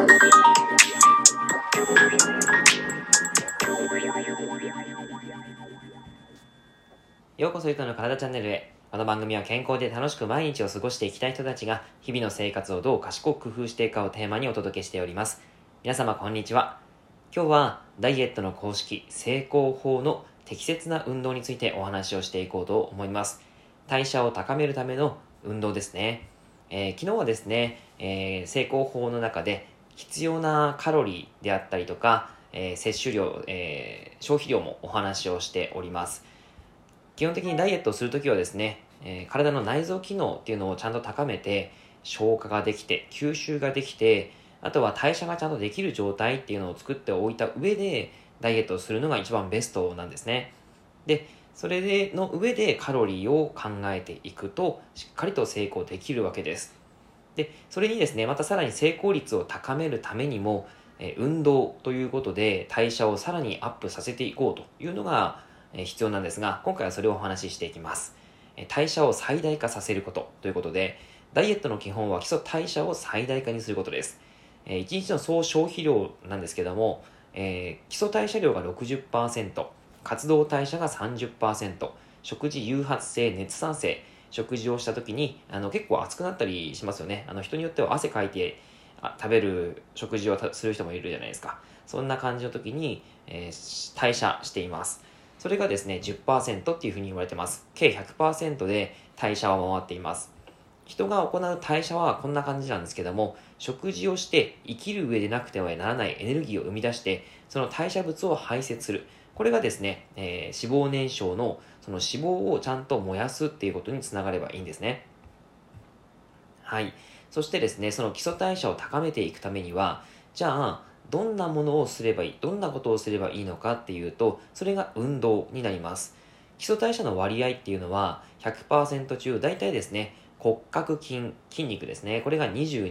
ようこそゆとの体チャンネルへ。この番組は健康で楽しく毎日を過ごしていきたい人たちが日々の生活をどう賢く工夫していくかをテーマにお届けしております。皆様こんにちは。今日はダイエットの公式成功法の適切な運動についてお話をしていこうと思います。代謝を高めるための運動ですね。昨日はですね、成功法の中で必要なカロリーであったりとか、摂取量、消費量もお話をしております。基本的にダイエットをするときはですね、体の内臓機能っていうのをちゃんと高めて、消化ができて、吸収ができて、あとは代謝がちゃんとできる状態っていうのを作っておいた上で、ダイエットをするのが一番ベストなんですね。で、それの上でカロリーを考えていくと、しっかりと成功できるわけです。で、それにですね、またさらに成功率を高めるためにも、運動ということで代謝をさらにアップさせていこうというのが必要なんですが、今回はそれをお話ししていきます。代謝を最大化させることということで、ダイエットの基本は基礎代謝を最大化にすることです。1日の総消費量なんですけども、基礎代謝量が 60%、活動代謝が 30%、食事誘発性、熱産性、食事をした時に結構熱くなったりしますよね。人によっては汗かいて食べる食事をする人もいるじゃないですか。そんな感じの時に、代謝しています。それがですね、10% っていうふうに言われてます。計 100% で代謝は回っています。人が行う代謝はこんな感じなんですけども、食事をして生きる上でなくてはならないエネルギーを生み出して、その代謝物を排泄する。これがですね、脂肪燃焼のその脂肪をちゃんと燃やすっていうことにつながればいいんですね。はい。そしてですね、その基礎代謝を高めていくためには、じゃあ、どんなものをすればいい、どんなことをすればいいのかっていうと、それが運動になります。基礎代謝の割合っていうのは、100% 中、大体ですね、骨格筋、筋肉ですね、これが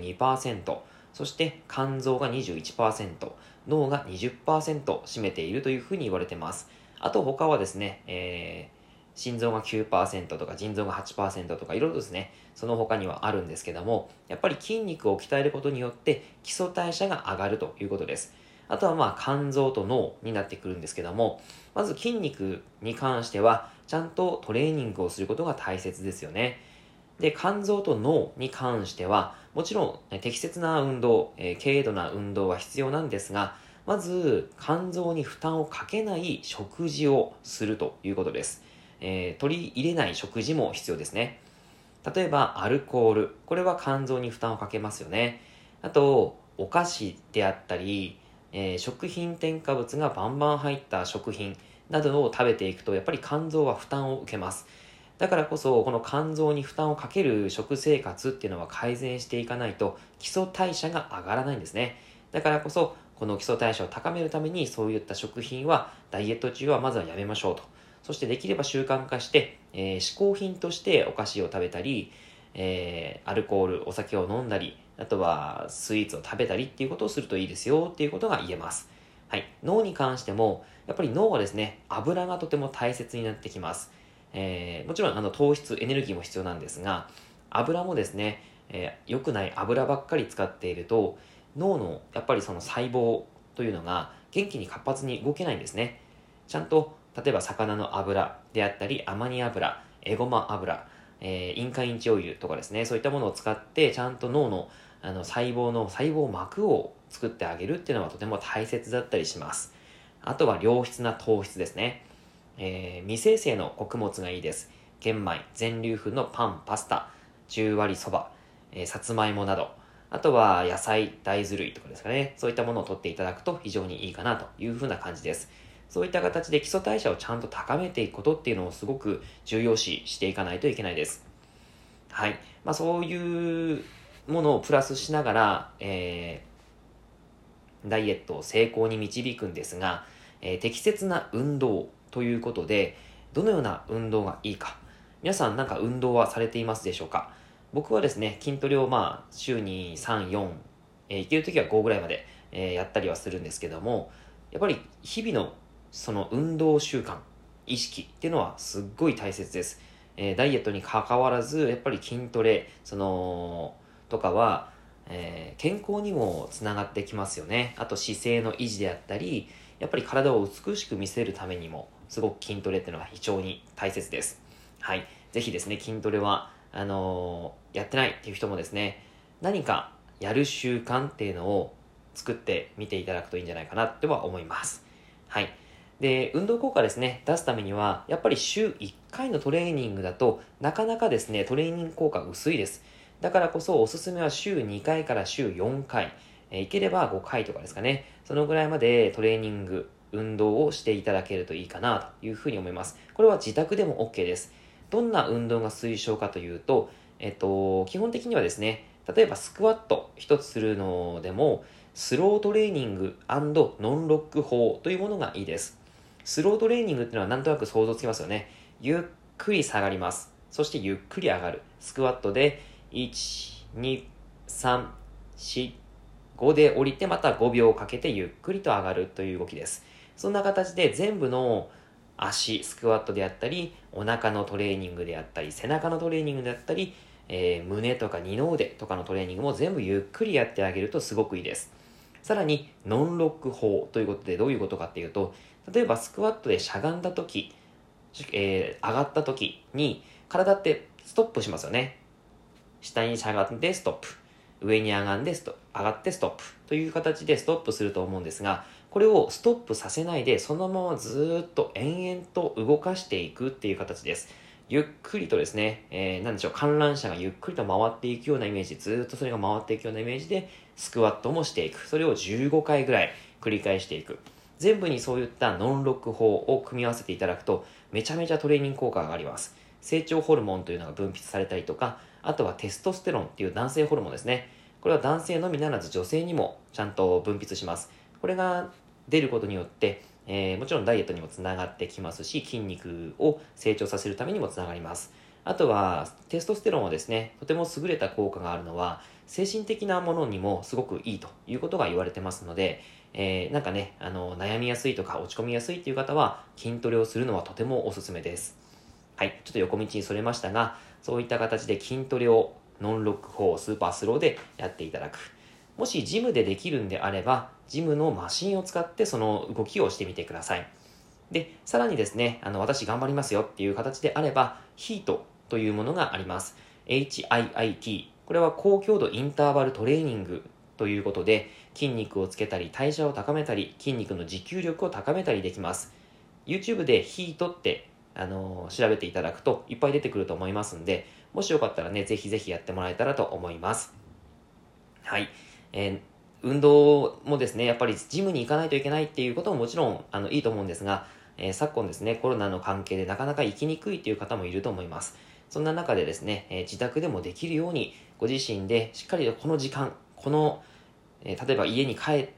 22%、そして肝臓が 21%、脳が 20% 占めているというふうに言われています。あと他はですね、心臓が 9% とか腎臓が 8% とかいろいろですね、その他にはあるんですけども、やっぱり筋肉を鍛えることによって基礎代謝が上がるということです。あとは肝臓と脳になってくるんですけども、まず筋肉に関してはちゃんとトレーニングをすることが大切ですよね。で、肝臓と脳に関してはもちろん適切な運動、軽度な運動は必要なんですが、まず肝臓に負担をかけない食事をするということです。取り入れない食事も必要ですね。例えばアルコール、これは肝臓に負担をかけますよね。あとお菓子であったり、食品添加物がバンバン入った食品などを食べていくとやっぱり肝臓は負担を受けます。だからこそこの肝臓に負担をかける食生活っていうのは改善していかないと基礎代謝が上がらないんですね。だからこそこの基礎代謝を高めるためにそういった食品はダイエット中はまずはやめましょうと。そしてできれば習慣化して、嗜好品としてお菓子を食べたり、アルコール、お酒を飲んだり、あとはスイーツを食べたりっていうことをするといいですよっていうことが言えます。はい。脳に関しても、やっぱり脳はですね、油がとても大切になってきます。もちろん糖質、エネルギーも必要なんですが、油もですね、良くない油ばっかり使っていると、脳のやっぱりその細胞というのが元気に活発に動けないんですね。ちゃんと例えば魚の油であったり、アマニ油、エゴマ油、インカインチオイルとかですね、そういったものを使ってちゃんと脳の細胞膜を作ってあげるっていうのはとても大切だったりします。あとは良質な糖質ですね。未生成の穀物がいいです。玄米、全粒粉のパン、パスタ、十割そば、さつまいもなど、あとは野菜、大豆類とかですかね、そういったものを取っていただくと非常にいいかなというふうな感じです。そういった形で基礎代謝をちゃんと高めていくことっていうのをすごく重要視していかないといけないです。はい。そういうものをプラスしながら、ダイエットを成功に導くんですが、適切な運動ということで、どのような運動がいいか。皆さんなんか運動はされていますでしょうか？僕はですね、筋トレを週に3、4、行けるときは5ぐらいまで、やったりはするんですけども、やっぱり日々のその運動習慣、意識っていうのはすっごい大切です。ダイエットに関わらず、やっぱり筋トレ、とかは、 健康にもつながってきますよね。あと姿勢の維持であったり、やっぱり体を美しく見せるためにも、すごく筋トレっていうのが非常に大切です。はい。ぜひですね、筋トレは、やってないっていう人もですね、何かやる習慣っていうのを作ってみていただくといいんじゃないかなっては思います。はい。で、運動効果ですね、出すためには、やっぱり週1回のトレーニングだとなかなかですね、トレーニング効果薄いです。だからこそおすすめは週2回から週4回、いければ5回とかですかね、そのぐらいまでトレーニング、運動をしていただけるといいかなというふうに思います。これは自宅でも OK です。どんな運動が推奨かというと、基本的にはですね、例えばスクワット一つするのでも、スロートレーニング&ノンロック法というものがいいです。スロートレーニングっていうのはなんとなく想像つきますよね。ゆっくり下がります。そしてゆっくり上がる。スクワットで1、2、3、4、5で降りてまた5秒かけてゆっくりと上がるという動きです。そんな形で全部の足、スクワットであったり、お腹のトレーニングであったり、背中のトレーニングであったり、胸とか二の腕とかのトレーニングも全部ゆっくりやってあげるとすごくいいです。さらに、ノンロック法ということでどういうことかっていうと、例えばスクワットでしゃがんだとき、上がったときに体ってストップしますよね。下にしゃがんでストップ。上に上がんで上がってストップ。という形でストップすると思うんですが、これをストップさせないでそのままずーっと延々と動かしていくっていう形です。ゆっくりとですね、なんでしょう、観覧車がゆっくりと回っていくようなイメージ、ずーっとそれが回っていくようなイメージでスクワットもしていく。それを15回ぐらい繰り返していく。全部にそういったノンロック法を組み合わせていただくとめちゃめちゃトレーニング効果が上がります。成長ホルモンというのが分泌されたりとか、あとはテストステロンっていう男性ホルモンですね。これは男性のみならず女性にもちゃんと分泌します。これが出ることによって、もちろんダイエットにもつながってきますし、筋肉を成長させるためにもつながります。あとは、テストステロンはですね、とても優れた効果があるのは、精神的なものにもすごくいいということが言われてますので、なんかね、悩みやすいとか落ち込みやすいという方は、筋トレをするのはとてもおすすめです。はい、ちょっと横道にそれましたが、そういった形で筋トレをノンロック法、スーパースローでやっていただく。もしジムでできるんであれば、ジムのマシンを使ってその動きをしてみてください。で、さらにですね、私頑張りますよっていう形であれば、ヒートというものがあります。HIIT。これは高強度インターバルトレーニングということで、筋肉をつけたり、代謝を高めたり、筋肉の持久力を高めたりできます。YouTube でヒートって調べていただくといっぱい出てくると思いますんで、もしよかったらね、ぜひぜひやってもらえたらと思います。はい。運動もですね、やっぱりジムに行かないといけないっていうことももちろんいいと思うんですが、昨今ですね、コロナの関係でなかなか行きにくいという方もいると思います。そんな中でですね、自宅でもできるように、ご自身でしっかりとこの時間、例えば家に帰って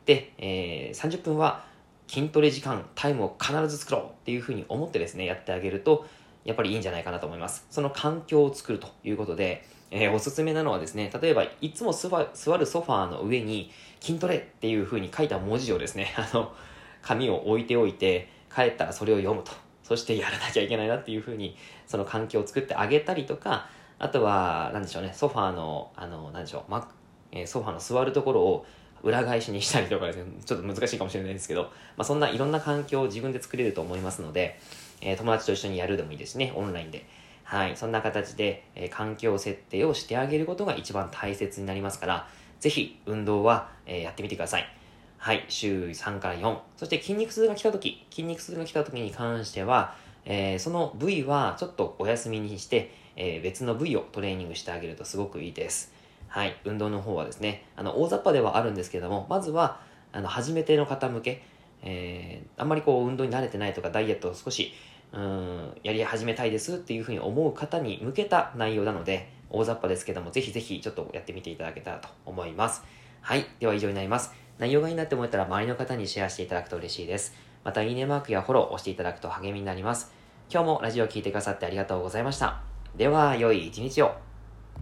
、30分は筋トレ時間、タイムを必ず作ろうっていうふうに思ってですね、やってあげると、やっぱりいいんじゃないかなと思います。その環境を作るということで、おすすめなのはですね、例えばいつも座るソファーの上に筋トレっていう風に書いた文字をですね、紙を置いておいて、帰ったらそれを読むと。そしてやらなきゃいけないなっていう風に、その環境を作ってあげたりとか、あとは、なんでしょうね、ソファーの、なんでしょう、ソファーの座るところを裏返しにしたりとかですね、ちょっと難しいかもしれないですけど、そんないろんな環境を自分で作れると思いますので、友達と一緒にやるでもいいですしね、オンラインで。はい、そんな形で、環境設定をしてあげることが一番大切になりますから、ぜひ運動は、やってみてください。はい、週3から4。そして筋肉痛が来た時に関しては、その部位はちょっとお休みにして、別の部位をトレーニングしてあげるとすごくいいです。はい、運動の方はですね、大雑把ではあるんですけれども、まずは、初めての方向け、あんまり運動に慣れてないとか、ダイエットを少し、やり始めたいですっていうふうに思う方に向けた内容なので、大雑把ですけども、ぜひぜひちょっとやってみていただけたらと思います。はい。では以上になります。内容がいいなって思ったら周りの方にシェアしていただくと嬉しいです。また、いいねマークやフォローを押していただくと励みになります。今日もラジオを聞いてくださってありがとうございました。では、良い一日を。